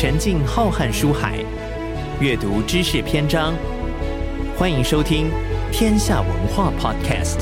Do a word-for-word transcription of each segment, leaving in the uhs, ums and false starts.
沉浸浩瀚书海，阅读知识篇章。欢迎收听天下文化 Podcast。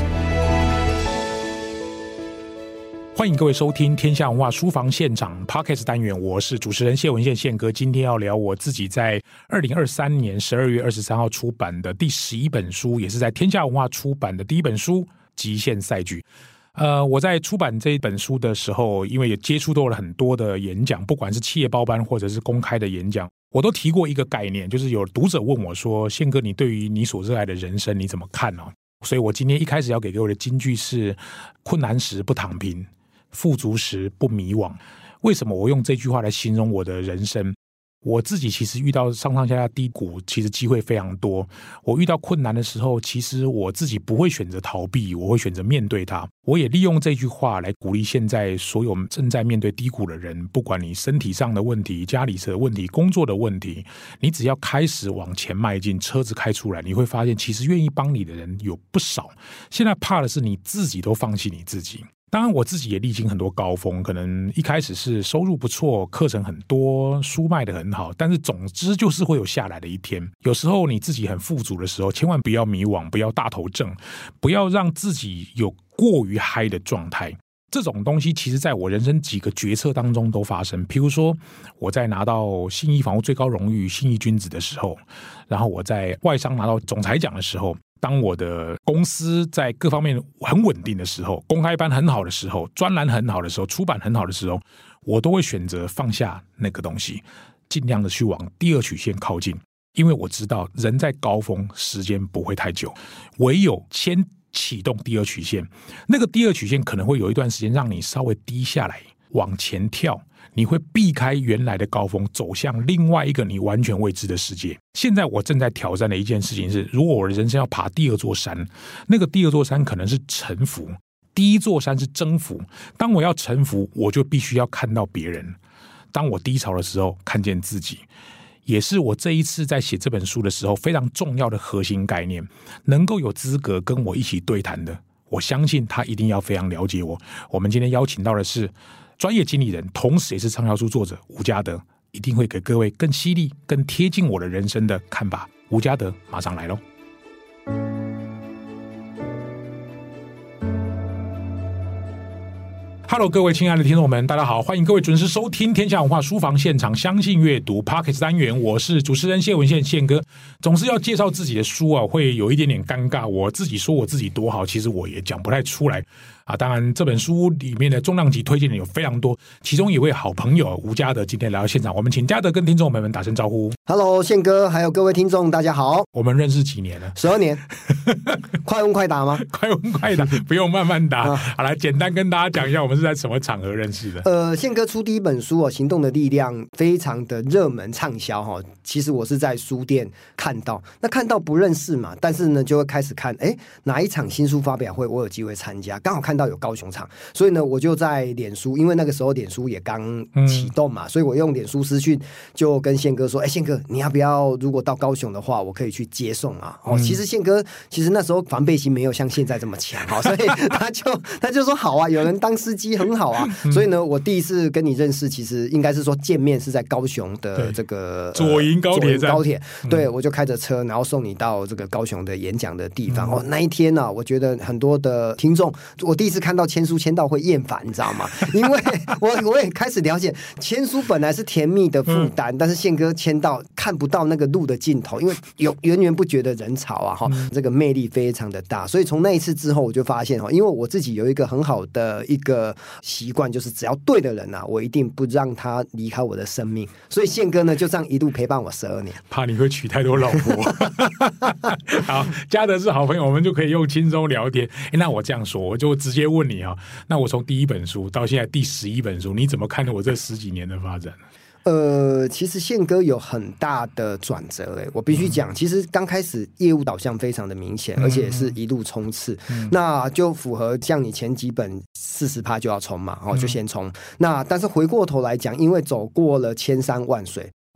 欢迎各位收听天下文化书房现场 Podcast 单元，我是主持人谢文宪宪哥。今天要聊我自己在二零二三年十二月二十三号出版的第十一本书，也是在天下文化出版的第一本书《极限赛局》。呃，我在出版这一本书的时候，因为也接触到了很多的演讲，不管是企业包班或者是公开的演讲，我都提过一个概念，就是有读者问我说，宪哥，你对于你所热爱的人生你怎么看呢？所以我今天一开始要给各位的金句是：困难时不躺平，富足时不迷惘。为什么我用这句话来形容我的人生？我自己其实遇到上上下下低谷，其实机会非常多。我遇到困难的时候，其实我自己不会选择逃避，我会选择面对它。我也利用这句话来鼓励现在所有正在面对低谷的人，不管你身体上的问题、家里的问题、工作的问题，你只要开始往前迈进，车子开出来，你会发现其实愿意帮你的人有不少。现在怕的是你自己都放弃你自己。当然我自己也历经很多高峰，可能一开始是收入不错，课程很多，书卖得很好，但是总之就是会有下来的一天。有时候你自己很富足的时候，千万不要迷惘，不要大头症，不要让自己有过于嗨的状态。这种东西其实在我人生几个决策当中都发生。譬如说我在拿到信义房屋最高荣誉信义君子的时候，然后我在外商拿到总裁奖的时候，当我的公司在各方面很稳定的时候，公开班很好的时候，专栏很好的时候，出版很好的时候，我都会选择放下那个东西，尽量的去往第二曲线靠近。因为我知道人在高峰时间不会太久，唯有先启动第二曲线，那个第二曲线可能会有一段时间让你稍微低下来往前跳，你会避开原来的高峰，走向另外一个你完全未知的世界。现在我正在挑战的一件事情是，如果我的人生要爬第二座山，那个第二座山可能是臣服，第一座山是征服。当我要臣服，我就必须要看到别人。当我低潮的时候，看见自己，也是我这一次在写这本书的时候非常重要的核心概念。能够有资格跟我一起对谈的，我相信他一定要非常了解我。我们今天邀请到的是专业经理人，同时也是畅销书作者吴家德，一定会给各位更犀利、更贴近我的人生的看法。吴家德马上来咯。Hello， 各位亲爱的听众们，大家好，欢迎各位准时收听天下文化书房现场相信阅读 Podcast 单元，我是主持人谢文宪宪哥。总是要介绍自己的书啊，会有一点点尴尬。我自己说我自己多好，其实我也讲不太出来啊。当然，这本书里面的重量级推荐人有非常多，其中一位好朋友吴家德今天来到现场，我们请家德跟听众朋友们打声招呼。 Hello， 宪哥，还有各位听众，大家好。 我们认识几年了？ 十二年。快问快答吗？ 快问快答，不用慢慢答。好，来简单跟大家讲一下，我们是在什么场合认识的？ 呃，宪哥出第一本书哦，《行动的力量》非常的热门畅销哈。其实我是在书店看到，那看到不认识嘛，但是呢就会开始看，哎，哪一场新书发表会我有机会参加，刚好看到有高雄场，所以呢我就在脸书，因为那个时候脸书也刚启动嘛，嗯、所以我用脸书私讯就跟宪哥说，哎，宪哥你要不要如果到高雄的话，我可以去接送啊。哦，其实宪哥其实那时候防备心没有像现在这么强，哦，所以他就他就说好啊，有人当司机很好啊。所以呢，我第一次跟你认识，其实应该是说见面是在高雄的这个左营高铁站， 高铁，对，我就开着车，然后送你到这个高雄的演讲的地方。嗯、哦，那一天呢、啊，我觉得很多的听众，我第一次看到签书签到会厌烦，你知道吗？因为我我也开始了解，签书本来是甜蜜的负担，嗯、但是宪哥签到看不到那个路的尽头，因为有源源不绝的人潮啊，哈、嗯，这个魅力非常的大。所以从那一次之后，我就发现哈，因为我自己有一个很好的一个习惯，就是只要对的人啊，我一定不让他离开我的生命。所以宪哥呢，就这样一路陪伴我十二年。 怕你会娶太多老婆。好，家德是好朋友，我们就可以用轻松聊天。那我这样说，我就直接问你啊，那我从第一本书到现在第十一本书，你怎么看我这十几年的发展？ 呃，其实宪哥有很大的转折，哎，我必须讲，嗯、其实刚开始业务导向非常的明显，嗯、而且是一路冲刺，嗯、那就符合像你前几本四十趴就要冲嘛，然后就先冲。嗯、那但是回过头来讲，因为走过了千山万水。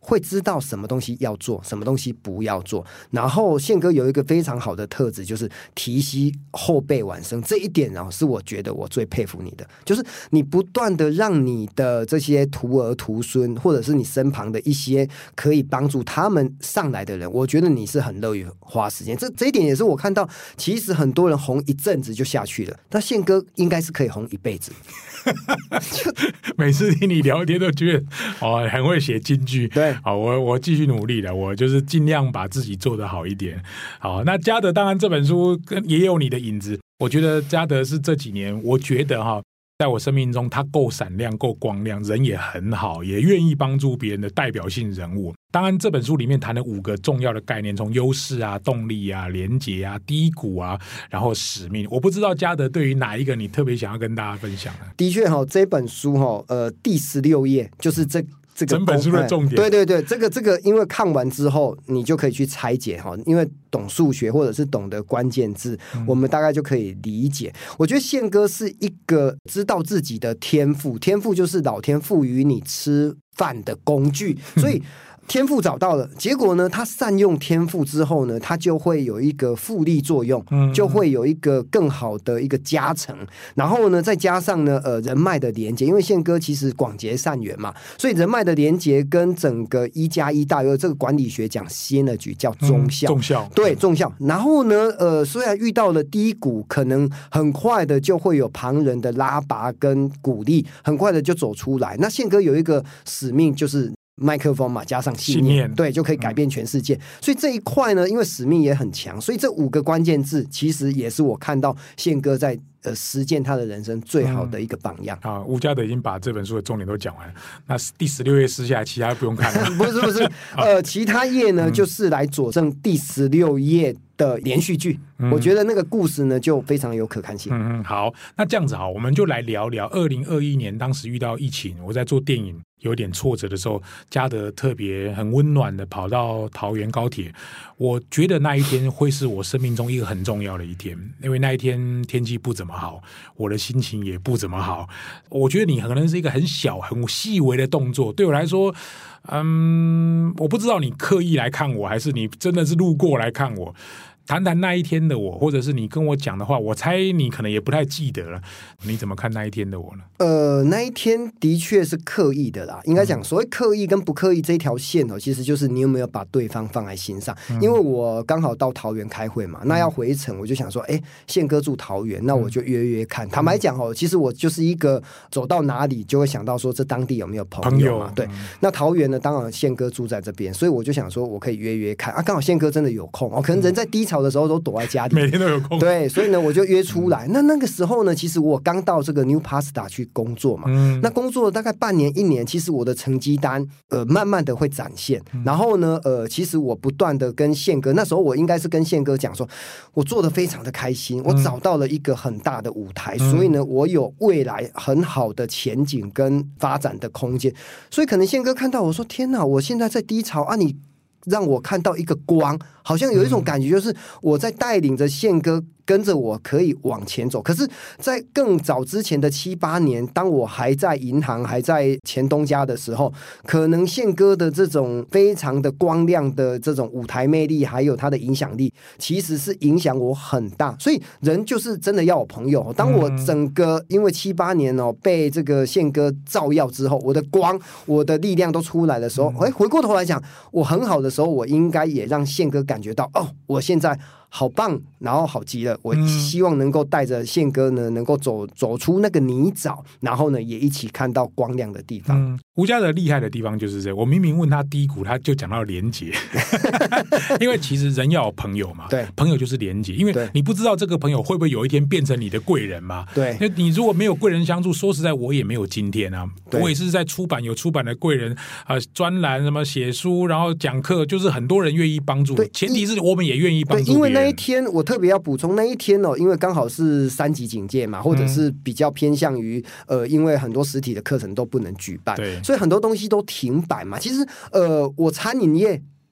会知道什么东西要做，什么东西不要做。然后宪哥有一个非常好的特质，就是提携后辈晚生，这一点哦，是我觉得我最佩服你的，就是你不断的让你的这些徒儿徒孙，或者是你身旁的一些可以帮助他们上来的人，我觉得你是很乐于花时间。这这一点也是我看到，其实很多人红一阵子就下去了，但宪哥应该是可以红一辈子。 每次听你聊天都觉得哦，很会写金句。 对， 好，我我继续努力了，我就是尽量把自己做得好一点。好，那嘉德当然这本书也有你的影子，我觉得嘉德是这几年，我觉得哈，在我生命中他够闪亮，够光亮，人也很好，也愿意帮助别人的代表性人物。当然这本书里面谈了五个重要的概念，从优势啊、动力啊、连结啊、低谷啊，然后使命。我不知道嘉德对于哪一个你特别想要跟大家分享呢？ 的确哈，这本书哈，呃，第十六页就是这这个整本书的重点。 对对对，这个这个，因为看完之后，你就可以去拆解哈，因为懂数学或者是懂得关键字，嗯、我们大概就可以理解。我觉得宪哥是一个知道自己的天赋，天赋就是老天赋予你吃饭的工具，所以。天赋找到了，结果呢，他善用天赋之后呢，他就会有一个复利作用，就会有一个更好的一个加成。然后呢，再加上呢，呃，人脉的连接，因为宪哥其实广结善缘嘛，所以人脉的连接跟整个一加一大于这个管理学讲 synergy 叫综效， 综效对综效。然后呢，呃，虽然遇到了低谷，可能很快的就会有旁人的拉拔跟鼓励，很快的就走出来。那宪哥有一个使命就是。麦克风嘛，加上信 念, 信念，对，就可以改变全世界。嗯、所以这一块呢，因为使命也很强，所以这五个关键字其实也是我看到宪哥在呃实践他的人生最好的一个榜样。 嗯、啊，吴嘉德已经把这本书的重点都讲完了，那第十六页撕下来，其他不用看了。 不是不是，呃，其他页呢、嗯、就是来佐证第十六页的连续剧。嗯、我觉得那个故事呢就非常有可看性。 嗯嗯，好，那这样子好，我们就来聊聊二零二一年当时遇到疫情，我在做电影。有点挫折的时候，嘉德特别很温暖的跑到桃园高铁，我觉得那一天会是我生命中一个很重要的一天，因为那一天天气不怎么好，我的心情也不怎么好。我觉得你可能是一个很小很细微的动作，对我来说嗯，我不知道你刻意来看我还是你真的是路过来看我，谈谈那一天的我，或者是你跟我讲的话，我猜你可能也不太记得了。你怎么看那一天的我呢？ 呃，那一天的确是刻意的啦。应该讲，所谓刻意跟不刻意这一条线哦，其实就是你有没有把对方放在心上。嗯、因为我刚好到桃园开会嘛，那要回程，我就想说，哎，宪哥住桃园，那我就约约看。嗯、坦白讲哦，其实我就是一个走到哪里就会想到说，这当地有没有朋友嘛？友对，嗯、那桃园呢，当然宪哥住在这边，所以我就想说我可以约约看啊。刚好宪哥真的有空哦，可能人在低潮的时候都躲在家里， 每天都有空。 对，所以呢，我就约出来。嗯、那那个时候呢，其实我刚到这个 New Pasta 去工作嘛，嗯、那工作了大概半年一年，其实我的成绩单呃慢慢的会展现。嗯、然后呢，呃，其实我不断的跟宪哥，那时候我应该是跟宪哥讲说，我做的非常的开心，我找到了一个很大的舞台，嗯、所以呢，我有未来很好的前景跟发展的空间。所以可能宪哥看到我说，天哪，我现在在低潮啊，你让我看到一个光，好像有一种感觉，就是我在带领着宪哥跟着我可以往前走。可是在更早之前的七八年，当我还在银行还在前东家的时候，可能宪哥的这种非常的光亮的这种舞台魅力还有他的影响力，其实是影响我很大。所以人就是真的要有朋友。当我整个因为七八年哦被这个宪哥照耀之后，我的光我的力量都出来的时候，哎，回过头来讲，我很好的时候，我应该也让宪哥感觉到，哦，我现在好棒，然后好极了。我希望能够带着宪哥呢，能够走走出那个泥沼，然后呢，也一起看到光亮的地方。 嗯，吴嘉德厉害的地方就是这，我明明问他低谷，他就讲到连结，因为其实人要有朋友嘛， 对， 朋友就是连结，因为你不知道这个朋友会不会有一天变成你的贵人嘛， 对， 因为你如果没有贵人相助，说实在，我也没有今天啊，我也是在出版有出版的贵人啊、呃，专栏什么写书，然后讲课，就是很多人愿意帮助，前提是我们也愿意帮助别人。 因为那一天我特别要补充，那一天哦，因为刚好是三级警戒嘛，或者是比较偏向于呃，因为很多实体的课程都不能举办， 对， 所以很多东西都停摆嘛。其实呃，我餐饮业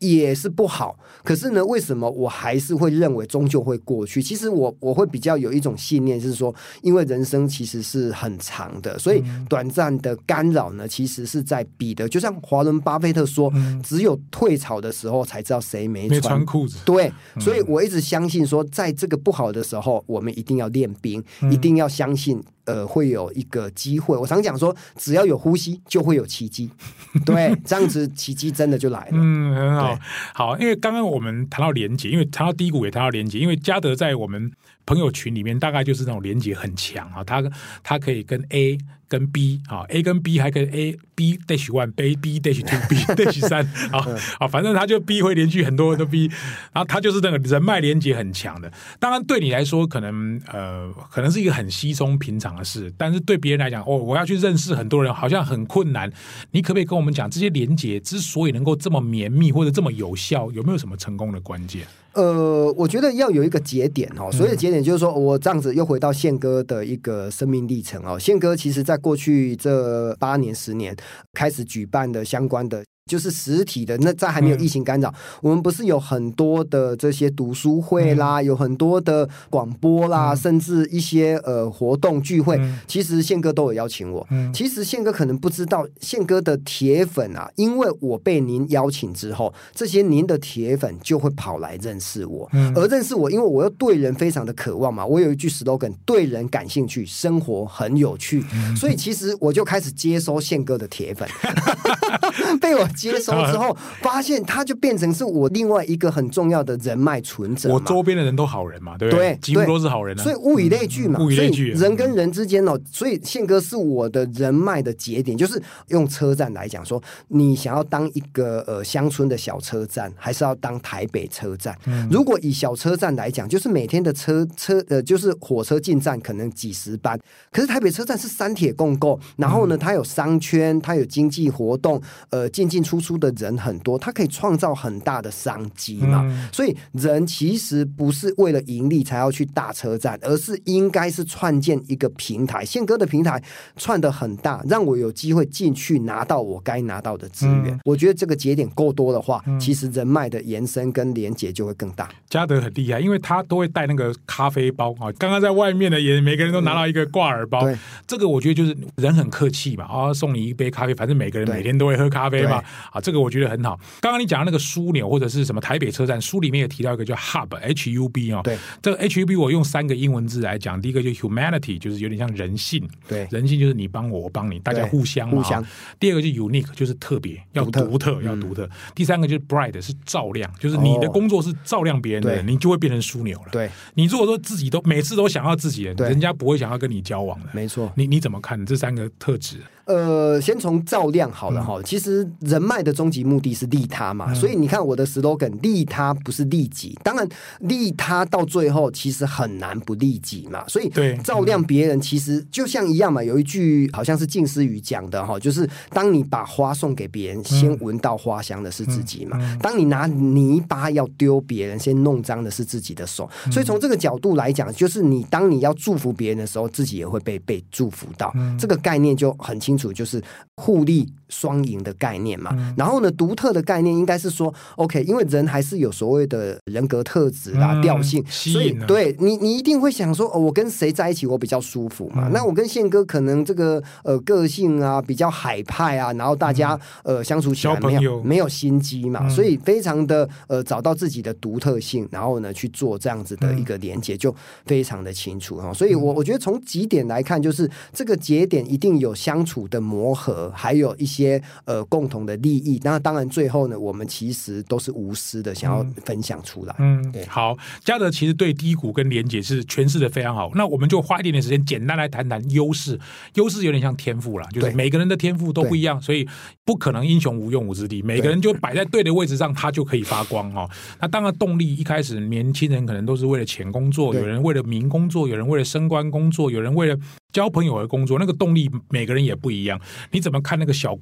也是不好。可是呢，为什么我还是会认为终究会过去？其实我我会比较有一种信念是说，因为人生其实是很长的，所以短暂的干扰呢，其实是在比的。就像华伦巴菲特说，嗯、只有退潮的时候才知道谁没穿没穿裤子。 对，所以我一直相信说，在这个不好的时候，我们一定要练兵，嗯、一定要相信。呃，会有一个机会。我常讲说，只要有呼吸，就会有奇迹。对，这样子奇迹真的就来了。 嗯，很好。好，因为刚刚我们谈到连结，因为谈到低谷也谈到连结，因为嘉德在我们朋友群里面，大概就是那种连结很强啊，他他可以跟 A 跟 B 啊 ，A 跟 B 还跟 A B dash one B B dash two B dash 三啊啊，反正他就 B 会连续很多很多 B， 然后他就是那个人脉连结很强的。当然对你来说，可能呃，可能是一个很稀松平常的事，但是对别人来讲，哦，我要去认识很多人，好像很困难。你可不可以跟我们讲，这些连结之所以能够这么绵密或者这么有效，有没有什么成功的关键？ 呃，我觉得要有一个节点哦，所谓的节点就是说，我这样子又回到宪哥的一个生命历程哦。宪哥其实在过去这八年、十年开始举办的相关的。就是实体的，那在还没有疫情干扰、嗯、我们不是有很多的这些读书会啦、嗯、有很多的广播啦、嗯、甚至一些呃活动聚会、嗯、其实宪哥都有邀请我、嗯、其实宪哥可能不知道，宪哥的铁粉啊，因为我被您邀请之后，这些您的铁粉就会跑来认识我、嗯、而认识我，因为我又对人非常的渴望嘛，我有一句 slogan， 对人感兴趣，生活很有趣、嗯、所以其实我就开始接收宪哥的铁粉被我接收之后，发现他就变成是我另外一个很重要的人脉存者。 我周边的人都好人嘛，对不对？对，几乎都是好人、啊、 所以物以类聚嘛， 嗯、物以类聚， 人跟人之间哦，所以宪哥是我的人脉的节点。就是用车站来讲说，你想要当一个呃乡村的小车站，还是要当台北车站？嗯、如果以小车站来讲，就是每天的车车呃，就是火车进站可能几十班，可是台北车站是三铁共构，然后呢，它有商圈，它有经济活动，呃，进进出出的人很多，它可以创造很大的商机嘛、嗯、所以人其实不是为了盈利才要去大车站，而是应该是创建一个平台，宪哥的平台串得很大，让我有机会进去拿到我该拿到的资源、嗯、我觉得这个节点够多的话、嗯、其实人脉的延伸跟连结就会更大。 嘉德很厉害，因为他都会带那个咖啡包啊，刚刚在外面的也每个人都拿到一个挂耳包、嗯、这个我觉得就是人很客气嘛，啊，送你一杯咖啡，反正每个人每天都会喝咖啡嘛，啊，这个我觉得很好。刚刚你讲的那个枢纽或者是什么台北车站，书里面也提到一个叫 Hub H U B 哦，对，这个 H U B 我用三个英文字来讲，第一个就是 Humanity， 就是有点像人性，对，人性就是你帮我我帮你，大家互相嘛，互相。第二个就是 Unique， 就是特别，要独特，独特要独特、嗯。第三个就是 Bright， 是照亮，就是你的工作是照亮别人的人、哦，你就会变成枢纽了。对，你如果说自己都每次都想要自己的，人家不会想要跟你交往的。没错，你你怎么看这三个特质？ 呃，先从照亮好了哈、嗯。其实人脉的终极目的是利他嘛、嗯，所以你看我的 slogan， 利他不是利己。当然，利他到最后其实很难不利己嘛。所以照亮别人其实就像一样嘛。有一句好像是近思语讲的哈，就是当你把花送给别人，先闻到花香的是自己嘛。嗯嗯、当你拿泥巴要丢别人，先弄脏的是自己的手。嗯、所以从这个角度来讲，就是你当你要祝福别人的时候，自己也会被被祝福到。嗯、这个概念就很清楚，就是互利双赢的概念嘛。嗯、然后呢，独特的概念应该是说 ，OK， 因为人还是有所谓的人格特质啦、嗯、调性，所以对你，你一定会想说，哦，我跟谁在一起我比较舒服嘛？嗯、那我跟宪哥可能这个呃个性啊比较海派啊，然后大家、嗯、呃相处起来没有没有心机嘛、嗯，所以非常的呃找到自己的独特性，然后呢去做这样子的一个连结，就非常的清楚哈。所以我我觉得从几点来看，就是这个节点一定有相处的磨合，还有一些呃共同的利益。那当然最后呢，我们其实都是无私的想要分享出来。嗯，对。 好，嘉德其实对低谷跟连结是诠释的非常好。那我们就花一点点时间，简单来谈谈优势。优势有点像天赋啦，就是每个人的天赋都不一样，所以不可能英雄无用武之地。每个人就摆在对的位置上，他就可以发光哦。那当然，动力一开始年轻人可能都是为了钱工作，有人为了名工作，有人为了升官工作，有人为了交朋友而工作，那个动力每个人也不一样。你怎么看那个小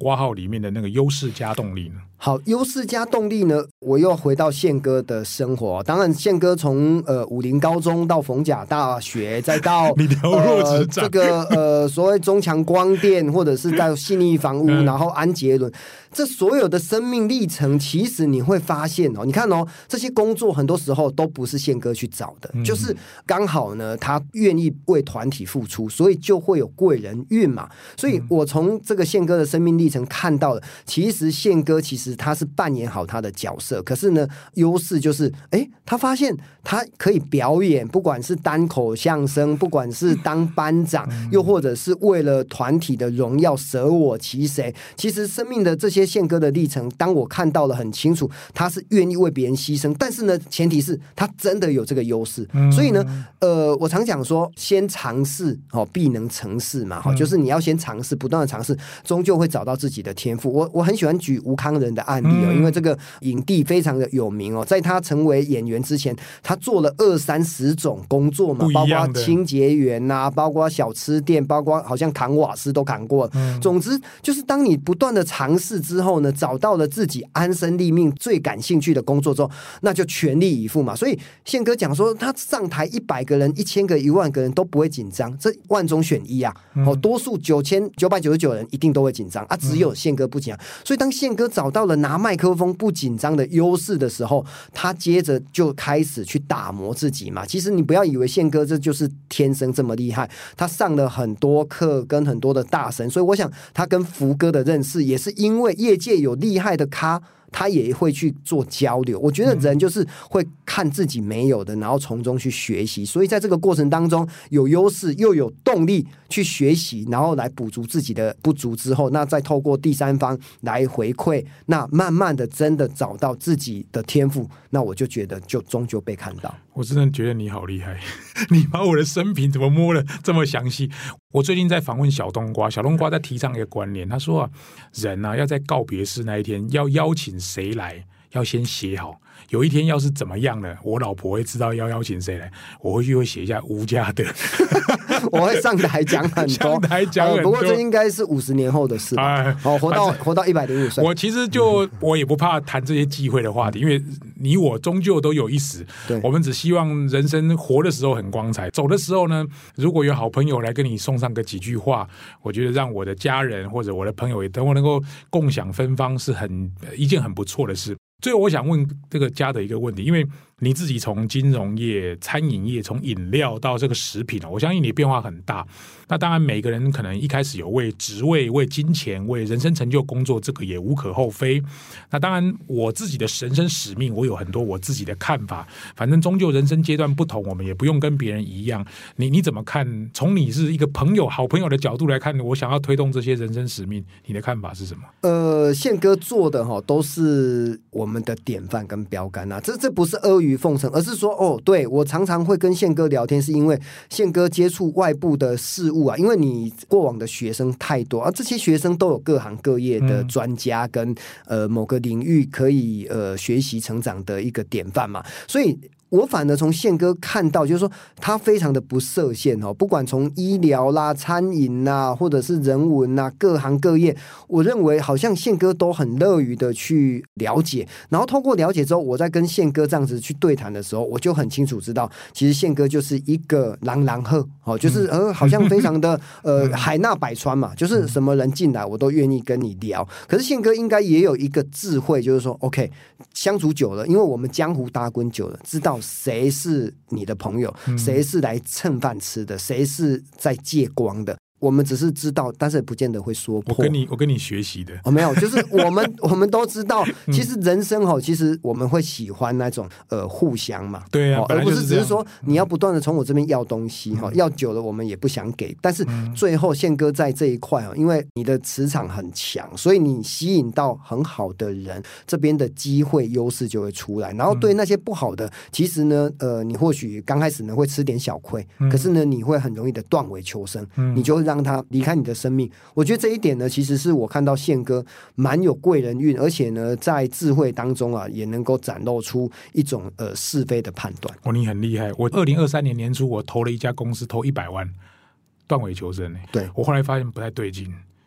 括号里面的那个优势加动力呢？ 好，优势加动力呢，我又回到宪哥的生活。当然，宪哥从呃武林高中到逢甲大学，再到你了若指掌、 呃、这个呃所谓中强光电，或者是到信义房屋， 嗯、 然后安捷伦，这所有的生命历程，其实你会发现哦，你看哦，这些工作很多时候都不是宪哥去找的，嗯、就是刚好呢，他愿意为团体付出，所以就会有贵人运嘛。所以我从这个宪哥的生命历程看到了，其实宪哥其实他是扮演好他的角色，可是呢，优势就是哎，他发现他可以表演，不管是单口相声，不管是当班长，又或者是为了团体的荣耀舍我其谁。其实生命的这些宪哥的历程，当我看到了很清楚，他是愿意为别人牺牲，但是呢，前提是他真的有这个优势。嗯、所以呢，呃，我常讲说，先尝试哦，必能成事嘛。嗯、就是你要先尝试，不断的尝试，终究会找到自己的天赋。我我很喜欢举吴慷仁的案例哦，嗯、因为这个影帝非常的有名哦，在他成为演员之前，他做了二三十种工作嘛，包括清洁员呐、啊，包括小吃店，包括好像扛瓦斯都扛过了。嗯、总之，就是当你不断的尝试之后呢，找到了自己安身立命最感兴趣的工作之后，那就全力以赴嘛。所以宪哥讲说，他上台一百个人、一千个、一万个人都不会紧张，这万中选一啊。嗯、哦，多数九千九百九十九人一定都会紧张啊，只有宪哥不紧张。所以当宪哥找到了拿麦克风不紧张的优势的时候，他接着就开始去打磨自己嘛。其实你不要以为宪哥这就是天生这么厉害，他上了很多课，跟很多的大神，所以我想他跟福哥的认识也是因为业界有厉害的咖，他也会去做交流。我觉得人就是会看自己没有的，然后从中去学习，所以在这个过程当中有优势又有动力去学习，然后来补足自己的不足之后，那再透过第三方来回馈，那慢慢的真的找到自己的天赋，那我就觉得就终究被看到。 我真的觉得你好厉害，你把我的生平怎么摸得这么详细。我最近在访问小冬瓜，小冬瓜在提倡一个观念，他说啊，人啊要在告别式那一天要邀请谁来，要先写好。有一天要是怎么样了，我老婆会知道要邀请谁来，我回去会写一下吴家德， 我会上台讲很多， 上台讲很多、 哦。不过这应该是五十年后的事吧。哎、哦，活到活到一百零五岁。 我其实就、嗯、我也不怕谈这些忌讳的话题，因为你我终究都有一死。对，我们只希望人生活的时候很光彩，走的时候呢，如果有好朋友来跟你送上个几句话，我觉得让我的家人或者我的朋友也等我能够共享芬芳，是很一件很不错的事。最后我想问这个家的一个问题，因为你自己从金融业、餐饮业，从饮料到这个食品，我相信你变化很大。那当然每个人可能一开始有为职位、为金钱、为人生成就工作，这个也无可厚非。那当然我自己的人生使命，我有很多我自己的看法，反正终究人生阶段不同，我们也不用跟别人一样。你你怎么看？从你是一个朋友、好朋友的角度来看，我想要推动这些人生使命，你的看法是什么？ 呃，宪哥做的哈都是我们的典范跟标杆啊，这这不是阿谀奉承，而是说哦，对，我常常会跟宪哥聊天，是因为宪哥接触外部的事物啊，因为你过往的学生太多啊，这些学生都有各行各业的专家跟、嗯、呃某个领域可以呃学习成长的一个典范嘛，所以我反而从宪哥看到，就是说他非常的不设限哦，不管从医疗啦、餐饮啦，或者是人文啦，各行各业，我认为好像宪哥都很乐于的去了解，然后透过了解之后，我在跟宪哥这样子去对谈的时候，我就很清楚知道，其实宪哥就是一个狼狼鹤哦，就是呃好像非常的呃海纳百川嘛，就是什么人进来我都愿意跟你聊。可是宪哥应该也有一个智慧，就是说 OK 相处久了，因为我们江湖打滚久了，知道谁是你的朋友，谁是来蹭饭吃的，谁是在借光的，我们只是知道，但是不见得会说破。 我跟你我跟你学习的、 哦、没有，就是我们我们都知道，其实人生哦，其实我们会喜欢那种呃互相嘛， 对啊， 哦、而不是只是说你要不断的从我这边要东西哈、嗯，要久了我们也不想给。但是最后宪哥在这一块哦，因为你的磁场很强，所以你吸引到很好的人，这边的机会优势就会出来。然后对那些不好的，其实呢，呃，你或许刚开始呢会吃点小亏，嗯、可是呢你会很容易的断尾求生，嗯、你就会让他离开你的生命。我觉得这一点呢，其实是我看到宪哥蛮有贵人运，而且呢，在智慧当中啊，也能够展露出一种呃是非的判断。 哦，你很厉害！我二零二三年年初，我投了一家公司，投一百万，断尾求生、欸。对，我后来发现不太对劲。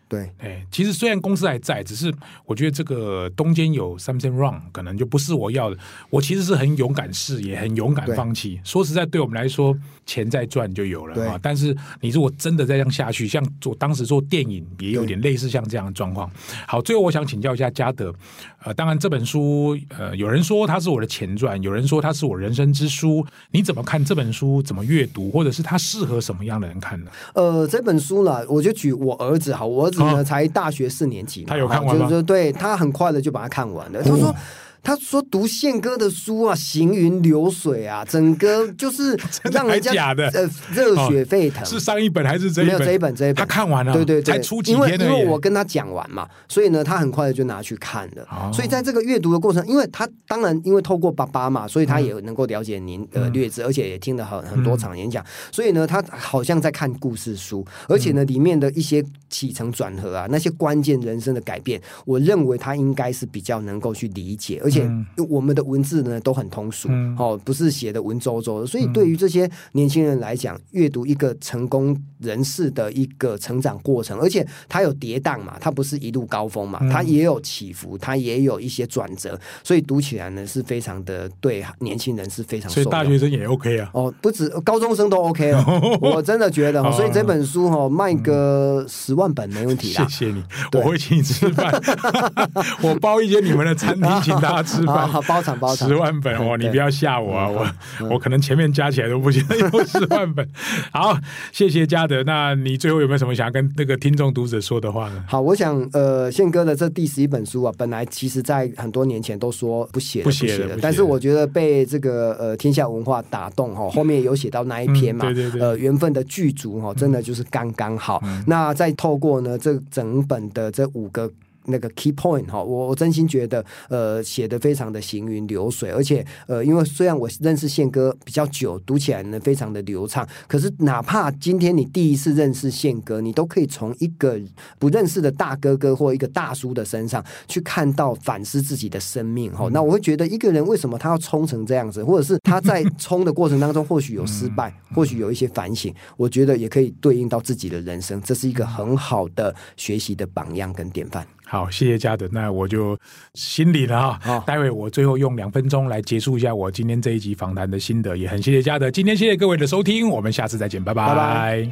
对， 哎，其实虽然公司还在，只是我觉得这个中间有 something wrong， 可能就不是我要的。我其实是很勇敢试，也很勇敢放弃。说实在，对我们来说，钱再赚就有了啊。但是你如果真的再这样下去，像做当时做电影也有点类似像这样的状况。好，最后我想请教一下嘉德，呃，当然这本书，呃，有人说它是我的前传，有人说它是我人生之书，你怎么看这本书？怎么阅读，或者是它适合什么样的人看呢？ 呃，这本书呢，我就举我儿子好，我儿子呢、哦、才大学四年级嘛， 他有看完吗？ 就是对他很快的就把它看完了。他说。哦他说读宪哥的书啊，行云流水啊，整个就是让人家假的呃热血沸腾、哦。 是上一本还是这一本？ 没有这一本，这一本他看完了， 对对对， 才出几天而已。 因为因为我跟他讲完嘛，所以呢，他很快的就拿去看了。哦、所以在这个阅读的过程，因为他当然因为透过爸爸嘛，所以他也能够了解您的略知、嗯，而且也听了很很多场演讲、嗯，所以呢，他好像在看故事书，而且呢，里面的一些起承转合啊，那些关键人生的改变，我认为他应该是比较能够去理解，而且我们的文字呢都很通俗、嗯哦、不是写的文绉绉的，所以对于这些年轻人来讲，阅读一个成功人士的一个成长过程，而且他有跌宕嘛，他不是一路高峰嘛，他也有起伏，他也有一些转折，所以读起来呢是非常的对年轻人是非常受用， 所以大学生也 OK 啊， 哦，不止高中生都 OK 了我真的觉得、哦、所以这本书、哦、卖个十万本没问题啦， 谢谢你，我会请你吃饭我包一间你们的餐厅请大家吃饭好，包场包场十万本哦，你不要吓我啊！我、嗯、我可能前面加起来都不行，有十万本。好，谢谢嘉德。那你最后有没有什么想要跟那个听众读者说的话呢？ 好，我想呃，宪哥的这第十一本书啊，本来其实在很多年前都说不写了， 不写了， 不写了，但是我觉得被这个呃天下文化打动哈，后面有写到那一篇嘛， 嗯、对对对， 呃，缘分的剧组哈，真的就是刚刚好。嗯、那再透过呢这整本的这五个。那个 key point 哈，我我真心觉得，呃，写得非常的行云流水，而且呃，因为虽然我认识宪哥比较久，读起来呢非常的流畅，可是哪怕今天你第一次认识宪哥，你都可以从一个不认识的大哥哥或一个大叔的身上去看到反思自己的生命哈、嗯。那我会觉得一个人为什么他要冲成这样子，或者是他在冲的过程当中或许有失败，嗯、或许有一些反省，我觉得也可以对应到自己的人生，这是一个很好的学习的榜样跟典范。 好，谢谢嘉德，那我就心里了哈。待会我最后用两分钟来结束一下我今天这一集访谈的心得，也很谢谢嘉德。今天谢谢各位的收听，我们下次再见，拜拜。 拜拜。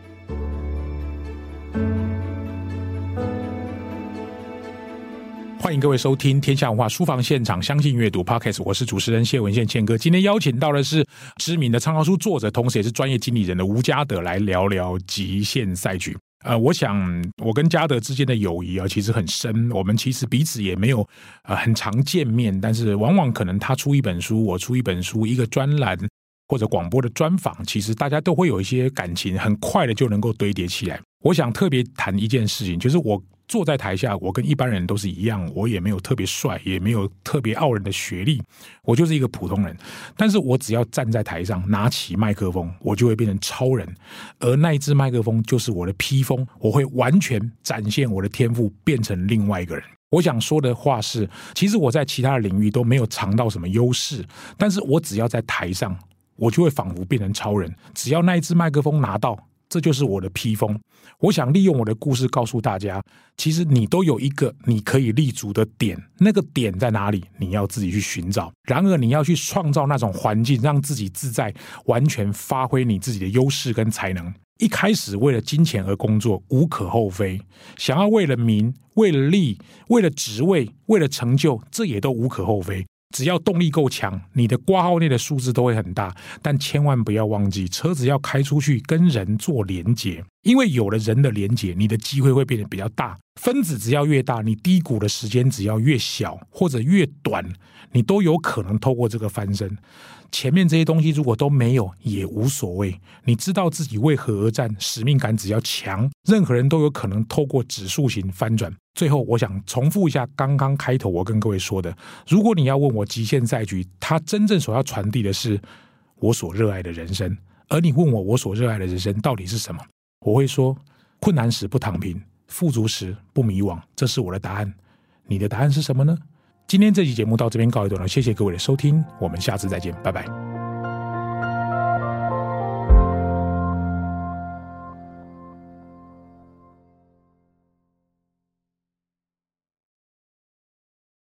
欢迎各位收听天下文化书房现场，相信阅读 Podcast， 我是主持人谢文宪宪哥。今天邀请到的是知名的畅销书作者，同时也是专业经理人的吴嘉德，来聊聊极限赛局。呃，我想我跟嘉德之间的友谊啊，其实很深。我们其实彼此也没有呃很常见面，但是往往可能他出一本书，我出一本书，一个专栏或者广播的专访，其实大家都会有一些感情，很快的就能够堆叠起来。我想特别谈一件事情，就是我坐在台下，我跟一般人都是一样，我也没有特别帅，也没有特别傲人的学历，我就是一个普通人。但是我只要站在台上，拿起麦克风，我就会变成超人，而那一支麦克风就是我的披风，我会完全展现我的天赋，变成另外一个人。我想说的话是，其实我在其他的领域都没有尝到什么优势，但是我只要在台上，我就会仿佛变成超人。只要那一支麦克风拿到，这就是我的披风。我想利用我的故事告诉大家，其实你都有一个你可以立足的点，那个点在哪里，你要自己去寻找。然而你要去创造那种环境，让自己自在，完全发挥你自己的优势跟才能。一开始为了金钱而工作无可厚非，想要为了名，为了利，为了职位，为了成就，这也都无可厚非。只要动力够强，你的挂号内的数字都会很大，但千万不要忘记，车子要开出去跟人做连结，因为有了人的连结，你的机会会变得比较大。分子只要越大，你低谷的时间只要越小或者越短，你都有可能透过这个翻身。前面这些东西如果都没有也无所谓，你知道自己为何而战，使命感只要强，任何人都有可能透过指数型翻转。最后我想重复一下刚刚开头我跟各位说的，如果你要问我极限赛局它真正所要传递的是我所热爱的人生，而你问我我所热爱的人生到底是什么，我会说困难时不躺平，富足时不迷惘，这是我的答案。你的答案是什么呢？今天这期节目到这边告一段落，谢谢各位的收听，我们下次再见，拜拜。